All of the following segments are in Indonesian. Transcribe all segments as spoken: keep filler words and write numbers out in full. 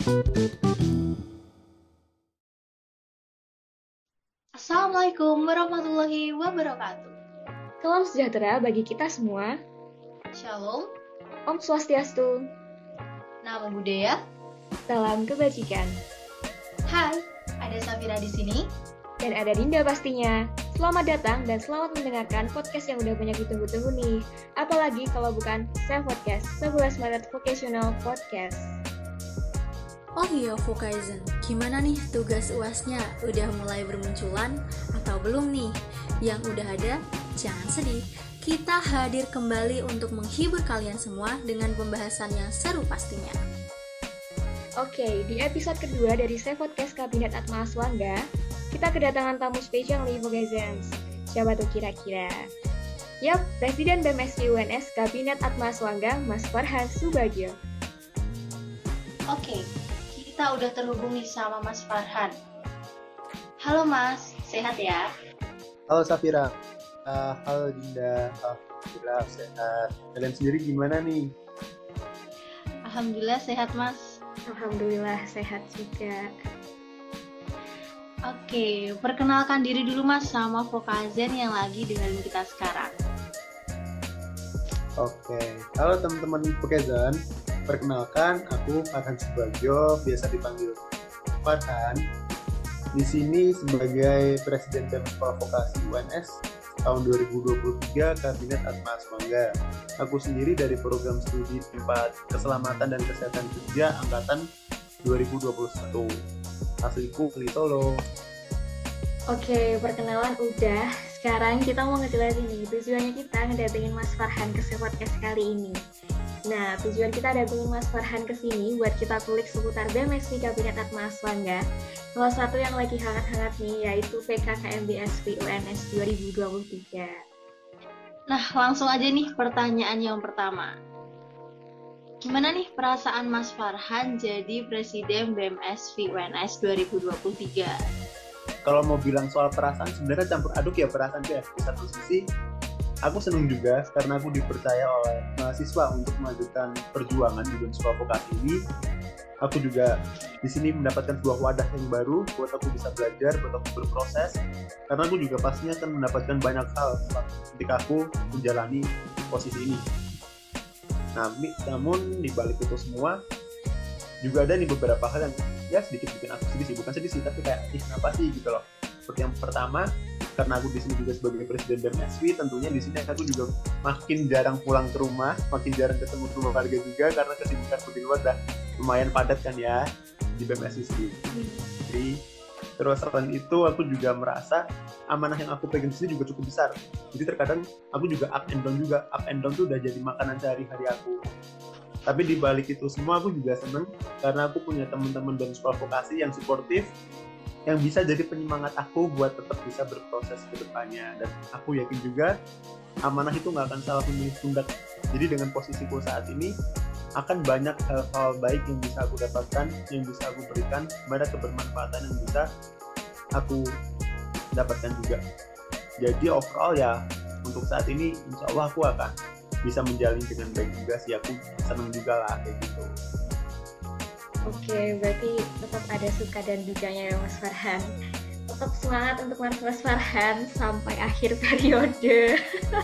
Assalamualaikum warahmatullahi wabarakatuh. Salam sejahtera bagi kita semua. Shalom, Om Swastiastu. nama budaya. Salam kebajikan. Hai, ada Safira di sini. Dan ada Dinda pastinya. Selamat datang dan selamat mendengarkan podcast yang udah banyak ditunggu-tunggu nih. Apalagi kalau bukan Self Podcast, sebelas Maret Vocational Podcast. Oh iya Vokaizen, gimana nih tugas U A S-nya? Udah mulai bermunculan atau belum nih? Yang udah ada, jangan sedih. Kita hadir kembali untuk menghibur kalian semua dengan pembahasan yang seru pastinya. Oke, di episode kedua dari Self Podcast Kabinet Atma Aswangga, kita kedatangan tamu spesial nih Vokaizens. Siapa tuh kira-kira? Yap, Presiden B M S V U N S Kabinet Atma Aswangga, Mas Farhan Subagio. Oke, kita udah terhubung nih sama Mas Farhan. Halo Mas, sehat ya? Halo Safira, uh, halo Dinda, alhamdulillah sehat. Kalian sendiri gimana nih? Alhamdulillah sehat Mas. Alhamdulillah sehat juga. Oke, perkenalkan diri dulu Mas sama Vokaizen yang lagi dengerin kita sekarang. Oke, halo teman-teman Vokaizen. Perkenalkan, aku Farhan Subagio, biasa dipanggil Farhan. Di sini sebagai Presiden B M S Vokasi U N S tahun dua ribu dua puluh tiga Kabinet Atma Aswangga. Aku sendiri dari program studi tempat keselamatan dan kesehatan kerja angkatan dua ribu dua puluh satu. Asliku di Solo. Oke, perkenalan udah. Sekarang kita mau ngejelasin nih tujuannya kita ngedatengin Mas Farhan ke podcast kali ini. Nah, tujuan kita datengin Mas Farhan ke sini buat kita kulik seputar B M S V Kabinet Atma Aswangga. Salah satu yang lagi hangat-hangat nih yaitu P K K M B S V U N S dua ribu dua puluh tiga. Nah, langsung aja nih pertanyaan yang pertama. Gimana nih perasaan Mas Farhan jadi Presiden B M S V U N S dua ribu dua puluh tiga? Kalau mau bilang soal perasaan, sebenarnya campur aduk ya perasaan ya. Di satu sisi, aku senang juga karena aku dipercaya oleh mahasiswa untuk melanjutkan perjuangan di B M S Vokasi ini. Aku juga di sini mendapatkan sebuah wadah yang baru buat aku bisa belajar, buat aku berproses. Karena aku juga pastinya akan mendapatkan banyak hal ketika aku menjalani posisi ini. Nah, namun di balik itu semua juga ada nih beberapa hal yang ya sedikit bikin aku sedih sih, bukan sedih sih, tapi kayak ih kenapa sih gitu loh. Seperti yang pertama, karena aku di sini juga sebagai Presiden B M S V, tentunya di sini aku juga makin jarang pulang ke rumah, makin jarang ketemu keluarga juga karena kesibukanku di luar dah lumayan padat kan ya di B M S V sendiri. Jadi terus selain itu aku juga merasa amanah yang aku pegang di sini juga cukup besar. Jadi terkadang aku juga up and down juga, up and down tuh udah jadi makanan sehari-hari aku. Tapi di balik itu semua aku juga seneng karena aku punya teman-teman dan sekolah vokasi yang suportif, yang bisa jadi penyemangat aku buat tetap bisa berproses ke depannya. Dan aku yakin juga amanah itu nggak akan salah memilih pundak. Jadi dengan posisiku saat ini akan banyak hal-hal baik yang bisa aku dapatkan, yang bisa aku berikan, banyak kebermanfaatan yang bisa aku dapatkan juga. Jadi overall ya untuk saat ini insya Allah aku akan bisa menjalin dengan baik juga sih, aku senang juga lah kayak gitu. Oke, berarti tetap ada suka dan dukanya ya Mas Farhan. Tetap semangat untuk Mas Farhan sampai akhir periode.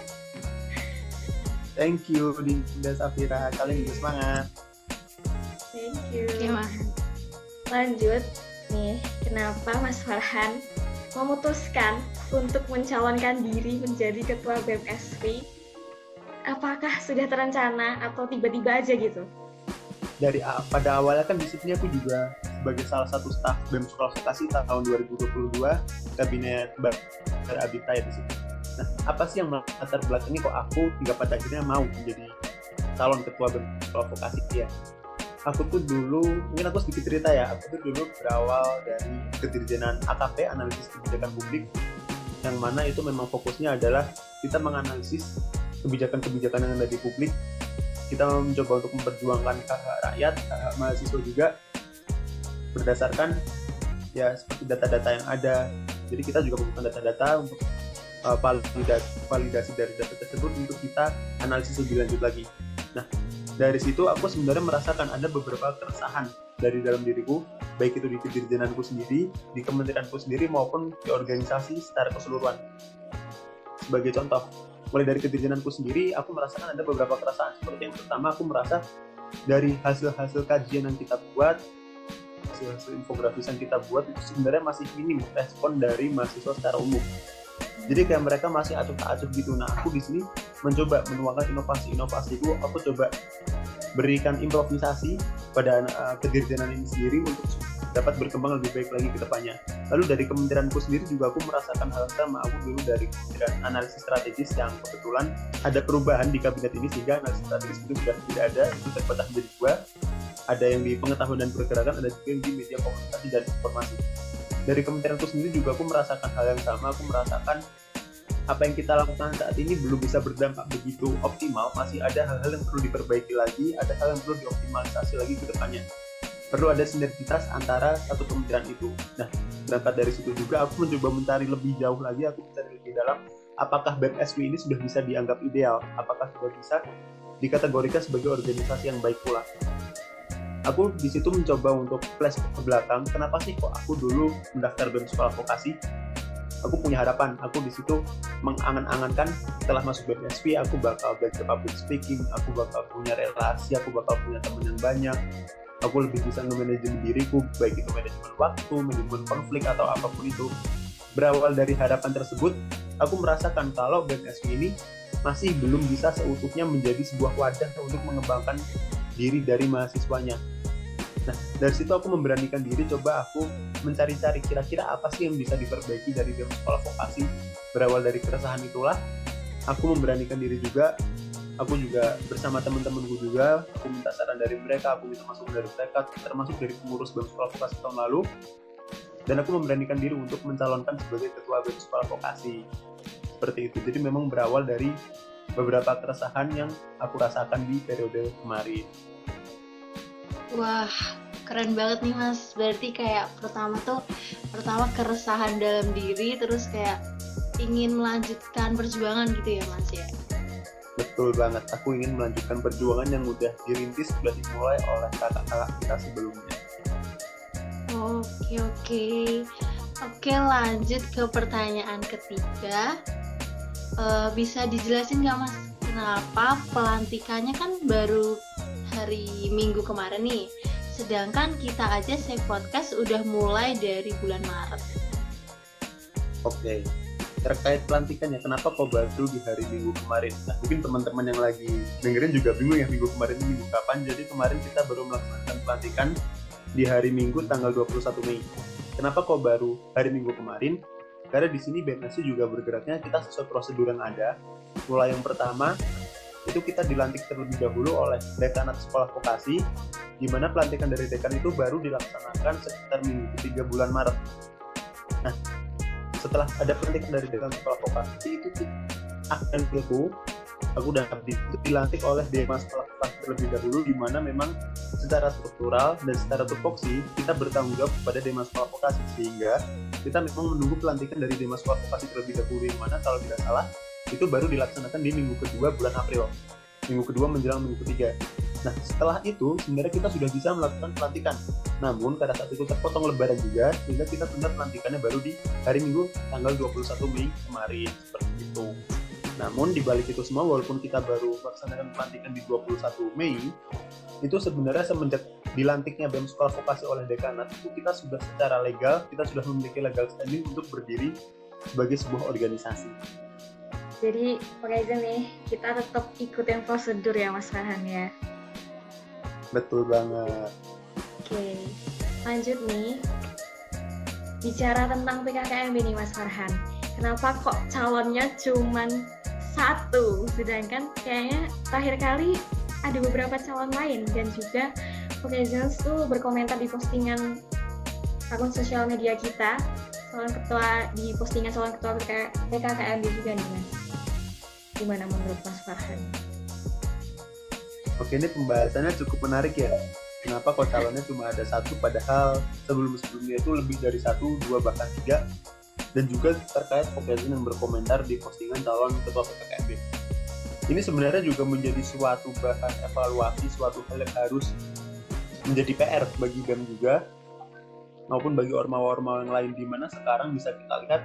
Thank you Dinda Safira, kalian juga semangat. Thank you. Oke Mas. Lanjut nih, kenapa Mas Farhan memutuskan untuk mencalonkan diri menjadi Ketua B M S V? Apakah sudah terencana atau tiba-tiba aja gitu? Dari pada awalnya kan di sini aku juga sebagai salah satu staf B M S Vokasi tahun dua ribu dua puluh dua Kabinet Bakar Abita ya di sini. Nah, apa sih yang latar belakangnya kok aku hingga pada akhirnya mau menjadi calon ketua B M S Vokasi ya? Aku tuh dulu, mungkin aku sedikit cerita ya, aku tuh dulu berawal dari kedirjenan A K P, Analisis Kebijakan Publik, yang mana itu memang fokusnya adalah kita menganalisis kebijakan-kebijakan yang ada di publik. Kita mencoba untuk memperjuangkan hak rakyat, hak mahasiswa juga berdasarkan ya seperti data-data yang ada. Jadi kita juga membutuhkan data-data untuk uh, validasi, validasi dari data tersebut untuk kita analisis lebih lanjut lagi. Nah, dari situ aku sebenarnya merasakan ada beberapa keresahan dari dalam diriku, baik itu di kedirjenanku sendiri, di kementerianku sendiri maupun di organisasi secara keseluruhan. Sebagai contoh, mulai dari kedirjenanku sendiri, aku merasakan ada beberapa keresahan. Seperti yang pertama, aku merasa dari hasil-hasil kajian yang kita buat, hasil-hasil infografis yang kita buat itu sebenarnya masih minim respon dari mahasiswa secara umum. Jadi kayak mereka masih acuh-acuh gitu. Nah, aku di sini mencoba menuangkan inovasi-inovasiku. Aku coba berikan improvisasi pada uh, kedirjenan ini sendiri untuk dapat berkembang lebih baik lagi ke depannya. Lalu dari kementerianku sendiri juga aku merasakan hal sama. Aku dulu dari Kementerian Analisis Strategis yang kebetulan ada perubahan di kabinet ini sehingga analisis strategis itu sudah tidak ada, itu terpecah menjadi dua. Ada yang di pengetahuan dan pergerakan, ada juga yang di media komunikasi dan informasi. Dari kementerianku sendiri juga aku merasakan hal yang sama. Aku merasakan apa yang kita lakukan saat ini belum bisa berdampak begitu optimal. Masih ada hal-hal yang perlu diperbaiki lagi, ada hal yang perlu dioptimalisasi lagi ke depannya. Perlu ada sinergitas antara satu kementerian itu. Nah, berangkat dari situ juga aku mencoba mencari lebih jauh lagi, aku mencari lebih dalam, apakah B M S W ini sudah bisa dianggap ideal, apakah sudah bisa dikategorikan sebagai organisasi yang baik pula. Aku di situ mencoba untuk flash ke belakang, kenapa sih kok aku dulu mendaftar B E M Sekolah Vokasi? Aku punya harapan, aku di situ mengangan-angankan setelah masuk B M S W aku bakal belajar public speaking, aku bakal punya relasi, aku bakal punya teman yang banyak, aku lebih bisa nge-manajemen diriku, baik itu manajemen waktu, manajemen konflik atau apapun itu. Berawal dari harapan tersebut, aku merasakan kalau B M S W ini masih belum bisa seutuhnya menjadi sebuah wadah untuk mengembangkan diri dari mahasiswanya. Nah, dari situ aku memberanikan diri, coba aku mencari-cari kira-kira apa sih yang bisa diperbaiki dari B E M Sekolah Vokasi. Berawal dari keresahan itulah, aku memberanikan diri juga. Aku juga bersama teman-temanku juga, aku minta saran dari mereka, aku minta masukan dari mereka, termasuk dari pengurus B E M Sekolah Vokasi tahun lalu. Dan aku memberanikan diri untuk mencalonkan sebagai ketua B E M Sekolah Vokasi. Seperti itu. Jadi memang berawal dari beberapa keresahan yang aku rasakan di periode kemarin. Wah, keren banget nih Mas. Berarti kayak pertama tuh, pertama keresahan dalam diri, terus kayak ingin melanjutkan perjuangan gitu ya Mas ya? Betul banget, aku ingin melanjutkan perjuangan yang udah dirintis, sudah dimulai oleh kakak-kakak kita sebelumnya. Oke, oke. Oke, lanjut ke pertanyaan ketiga. Uh, bisa dijelasin nggak Mas, kenapa pelantikannya kan baru hari Minggu kemarin nih, sedangkan kita aja Save Podcast udah mulai dari bulan Maret. Oke, terkait pelantikannya, kenapa kok baru di hari Minggu kemarin? Nah, mungkin teman-teman yang lagi dengerin juga bingung ya, minggu kemarin ini minggu kapan. Jadi kemarin kita baru melaksanakan pelantikan di hari Minggu tanggal dua puluh satu Mei. Kenapa kok baru hari Minggu kemarin? Karena di sini B M S W juga bergeraknya kita sesuai prosedur yang ada. Mulai yang pertama, itu kita dilantik terlebih dahulu oleh Dekanat Sekolah Vokasi, di mana pelantikan dari dekan itu baru dilaksanakan sekitar minggu ketiga bulan Maret. Nah, setelah ada pelantikan dari Dekan Sekolah Vokasi, itu akan itu aku udah dilantik oleh Demas Sekolah Vokasi terlebih dahulu, di mana memang secara struktural dan secara tupoksi kita bertanggung jawab kepada Demas Sekolah Vokasi, sehingga kita memang menunggu pelantikan dari Demas Sekolah Vokasi terlebih dahulu, yang mana kalau tidak salah itu baru dilaksanakan di minggu kedua bulan April, minggu kedua menjelang minggu ketiga. Nah, setelah itu sebenarnya kita sudah bisa melakukan pelantikan, namun pada saat itu terpotong lebaran juga, sehingga kita tunda pelantikannya baru di hari Minggu tanggal dua puluh satu Mei kemarin, seperti itu. Namun di balik itu semua, walaupun kita baru melaksanakan pelantikan di dua puluh satu Mei, itu sebenarnya semenjak dilantiknya B E M Sekolah Vokasi oleh dekanat, itu kita sudah secara legal, kita sudah memiliki legal standing untuk berdiri sebagai sebuah organisasi. Jadi, Pak Aizan nih, kita tetap ikutin prosedur ya Mas Farhan ya? Betul banget. Oke, lanjut nih. Bicara tentang P K K M B nih Mas Farhan, kenapa kok calonnya cuman satu? Sedangkan kayaknya terakhir kali ada beberapa calon lain, dan juga Pak Aizan tuh berkomentar di postingan akun sosial media kita, calon ketua, di postingan calon ketua P K K M B juga nih Mas. Gimana menurut Mas Farhan? Oke, ini pembahasannya cukup menarik ya. Kenapa kok calonnya cuma ada satu, padahal sebelum-sebelumnya itu lebih dari satu, dua, bahkan tiga. Dan juga terkait Pokazin yang berkomentar di postingan calon ketua P K K M B. Ini sebenarnya juga menjadi suatu bahan evaluasi, suatu hal yang harus menjadi P R bagi B E M juga, maupun bagi ormawa-ormawa yang lain, di mana sekarang bisa kita lihat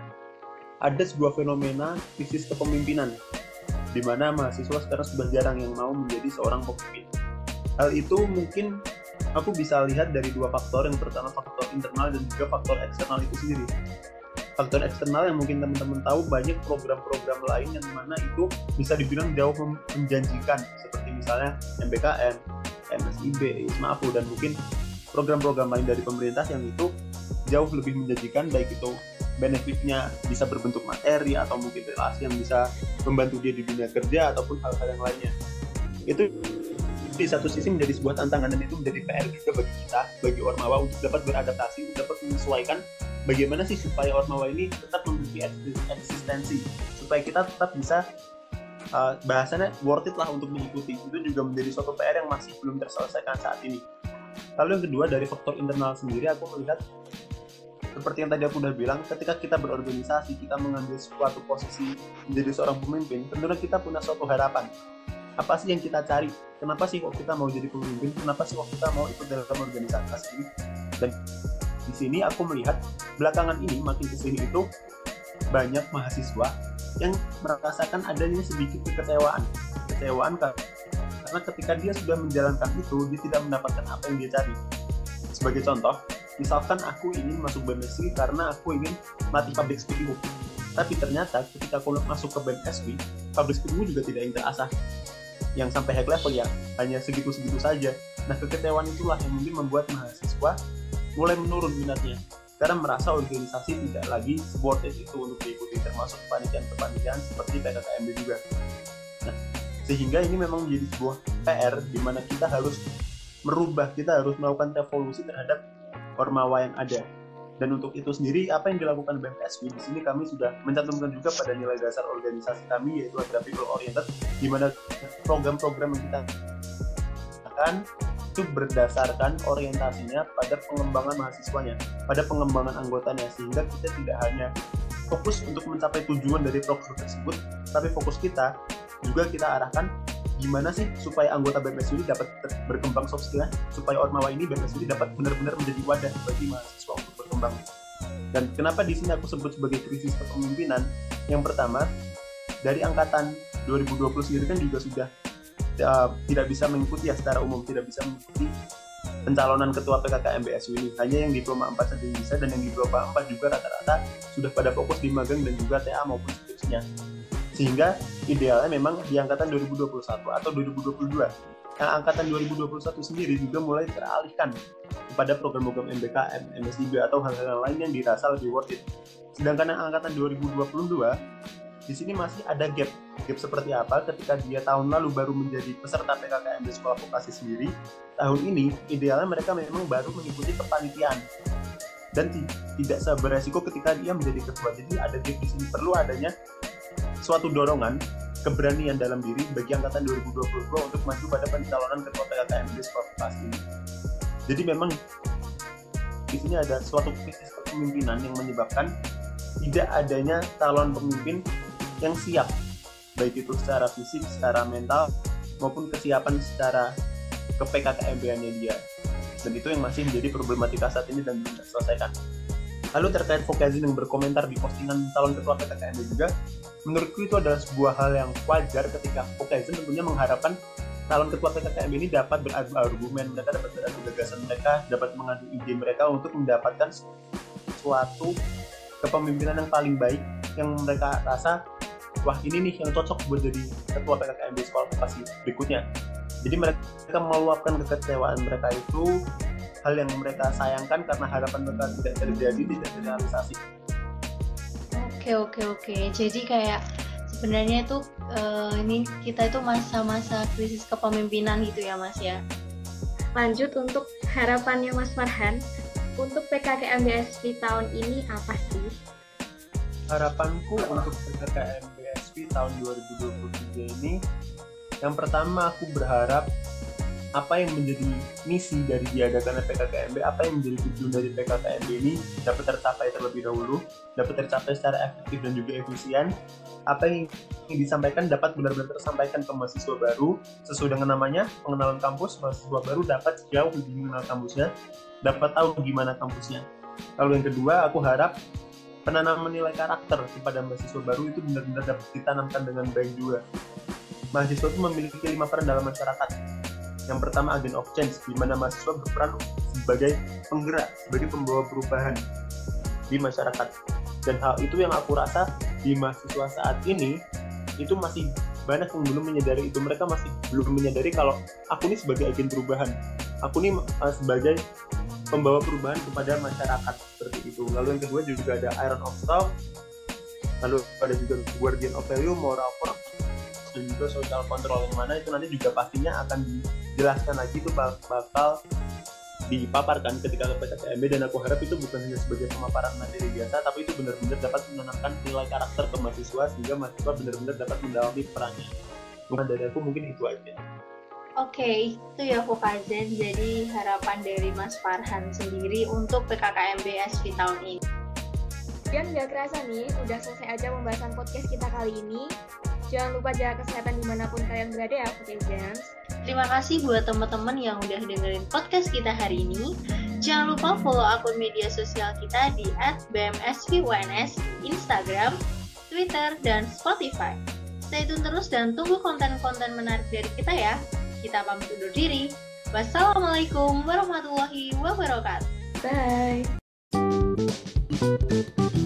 ada sebuah fenomena krisis kepemimpinan, di mana mahasiswa sekarang sudah jarang yang mau menjadi seorang pemimpin. Hal itu mungkin aku bisa lihat dari dua faktor. Yang pertama faktor internal dan juga faktor eksternal itu sendiri. Faktor eksternal yang mungkin teman-teman tahu, banyak program-program lain yang mana itu bisa dibilang jauh menjanjikan, seperti misalnya M B K M, M S I B, ISMAPU, dan mungkin program-program lain dari pemerintah yang itu jauh lebih menjanjikan, baik itu benefitnya bisa berbentuk materi atau mungkin relasi yang bisa membantu dia di dunia kerja ataupun hal-hal yang lainnya. Itu di satu sisi menjadi sebuah tantangan, dan itu menjadi P R juga bagi kita, bagi ormawa, untuk dapat beradaptasi, untuk dapat menyesuaikan bagaimana sih supaya ormawa ini tetap memiliki eksistensi, supaya kita tetap bisa uh, bahasanya worth it lah untuk mengikuti. Itu juga menjadi suatu P R yang masih belum terselesaikan saat ini. Lalu yang kedua, dari faktor internal sendiri, aku melihat seperti yang tadi aku udah bilang, ketika kita berorganisasi, kita mengambil suatu posisi menjadi seorang pemimpin, tentunya kita punya suatu harapan. Apa sih yang kita cari? Kenapa sih kok kita mau jadi pemimpin? Kenapa sih kok kita mau ikut dalam organisasi ini? Dan di sini aku melihat belakangan ini makin kesini itu banyak mahasiswa yang merasakan adanya sedikit kekecewaan. Kekecewaan karena ketika dia sudah menjalankan itu, dia tidak mendapatkan apa yang dia cari. Sebagai contoh, misalkan aku ingin masuk B M S W karena aku ingin melatih public speaking, tapi ternyata ketika aku masuk ke B M S W, public speaking juga tidak yang terasah, yang sampai high level, ya hanya segitu-segitu saja. Nah, kekecewaan itulah yang mungkin membuat mahasiswa mulai menurun minatnya, karena merasa organisasi tidak lagi worth it itu untuk diikuti, termasuk kepanitiaan-kepanitiaan seperti P K K M B juga. Nah, sehingga ini memang menjadi sebuah P R di mana kita harus merubah, kita harus melakukan revolusi terhadap ormawa yang ada. Dan untuk itu sendiri, apa yang dilakukan B M S W, di sini kami sudah mencantumkan juga pada nilai dasar organisasi kami, yaitu ada people oriented, di mana program-program yang kita akan itu berdasarkan orientasinya pada pengembangan mahasiswanya, pada pengembangan anggotanya, sehingga kita tidak hanya fokus untuk mencapai tujuan dari program tersebut, tapi fokus kita juga kita arahkan gimana sih supaya anggota B M S W ini dapat berkembang soft skill-nya, supaya ormawa ini B M S W ini dapat benar-benar menjadi wadah bagi mahasiswa untuk berkembang. Dan kenapa di sini aku sebut sebagai krisis kepemimpinan? Yang pertama, dari angkatan dua ribu dua puluh sendiri kan juga sudah uh, tidak bisa mengikuti ya secara umum, tidak bisa mengikuti pencalonan ketua P K K M B S W ini. Hanya yang diploma empat saja yang bisa, dan yang diploma empat juga rata-rata sudah pada fokus di magang dan juga T A maupun skripsinya. Sehingga idealnya memang di angkatan dua ribu dua puluh satu atau dua ribu dua puluh dua. Yang angkatan dua ribu dua puluh satu sendiri juga mulai teralihkan kepada program-program M B K M, M S I B atau hal-hal lain yang dirasa lebih worth it. Sedangkan yang angkatan dua ribu dua puluh dua, di sini masih ada gap. Gap seperti apa? Ketika dia tahun lalu baru menjadi peserta P K K M B Sekolah Vokasi sendiri, tahun ini idealnya mereka memang baru mengikuti kepanitiaan dan t- tidak seberesiko ketika dia menjadi ketua. Jadi ada gap di sini, perlu adanya suatu dorongan, keberanian dalam diri bagi angkatan dua ribu dua puluh dua untuk maju pada pencalonan ketua P K K M B Sekolah Vokasi ini. Jadi memang di sini ada suatu krisis kepemimpinan yang menyebabkan tidak adanya calon pemimpin yang siap, baik itu secara fisik, secara mental, maupun kesiapan secara ke P K K M B-nya dia. Dan itu yang masih menjadi problematika saat ini dan belum terselesaikan. Lalu terkait Vokazin yang berkomentar di postingan calon ketua P K K M B juga, menurutku itu adalah sebuah hal yang wajar ketika Vokazin tentunya mengharapkan calon ketua P K K M B ini dapat beradu argumen, mereka dapat beradu gagasan mereka, dapat mengadu ide mereka untuk mendapatkan suatu kepemimpinan yang paling baik, yang mereka rasa, wah ini nih yang cocok buat jadi ketua P K K M B Sekolah Vokasi berikutnya. Jadi mereka meluapkan kekecewaan mereka itu hal yang mereka sayangkan karena harapan mereka tidak terjadi, tidak terrealisasi. Oke oke oke. Jadi kayak sebenarnya itu uh, ini kita itu masa-masa krisis kepemimpinan gitu ya Mas ya. Lanjut untuk harapannya Mas Farhan untuk P K K M B S W tahun ini apa sih? Harapanku untuk P K K M B S W tahun dua ribu dua puluh tiga ini, yang pertama aku berharap apa yang menjadi misi dari diadakannya P K K M B, apa yang menjadi tujuan dari P K K M B ini dapat tercapai terlebih dahulu, dapat tercapai secara efektif dan juga efisien. Apa yang disampaikan dapat benar-benar tersampaikan ke mahasiswa baru sesuai dengan namanya, pengenalan kampus. Mahasiswa baru dapat jauh lebih mengenal kampusnya, dapat tahu gimana kampusnya. Lalu yang kedua, aku harap penanaman nilai karakter kepada mahasiswa baru itu benar-benar dapat ditanamkan dengan baik juga. Mahasiswa itu memiliki lima peran dalam masyarakat. Yang pertama, agent of change, di mana mahasiswa berperan sebagai penggerak, sebagai pembawa perubahan di masyarakat. Dan hal itu yang aku rasa di mahasiswa saat ini itu masih banyak yang belum menyadari itu. Mereka masih belum menyadari kalau aku ini sebagai agen perubahan, aku ini uh, sebagai pembawa perubahan kepada masyarakat, seperti itu. Lalu yang kedua juga ada Iron of Thought, lalu ada juga Guardian of Value, Moral Force, dan juga Social Control, yang mana itu nanti juga pastinya akan dijelaskan lagi, itu bakal dipaparkan ketika ke P K K M B. Dan aku harap itu bukan hanya sebagai pemaparan materi biasa, tapi itu benar-benar dapat menanamkan nilai karakter ke mahasiswa sehingga mahasiswa benar-benar dapat mendalami perannya. Bukan dari aku, mungkin itu aja. Oke, okay, itu ya Fukazen. Jadi harapan dari Mas Farhan sendiri untuk P K K M B S V tahun ini. Dan nggak kerasa nih, udah selesai aja pembahasan podcast kita kali ini. Jangan lupa jaga kesehatan dimanapun kalian berada ya, Fukazen. Terima kasih buat teman-teman yang udah dengerin podcast kita hari ini. Jangan lupa follow akun media sosial kita di at b m s v u n s di Instagram, Twitter, dan Spotify. Stay tune terus dan tunggu konten-konten menarik dari kita ya. Kita pamit undur diri. Wassalamualaikum warahmatullahi wabarakatuh. Bye.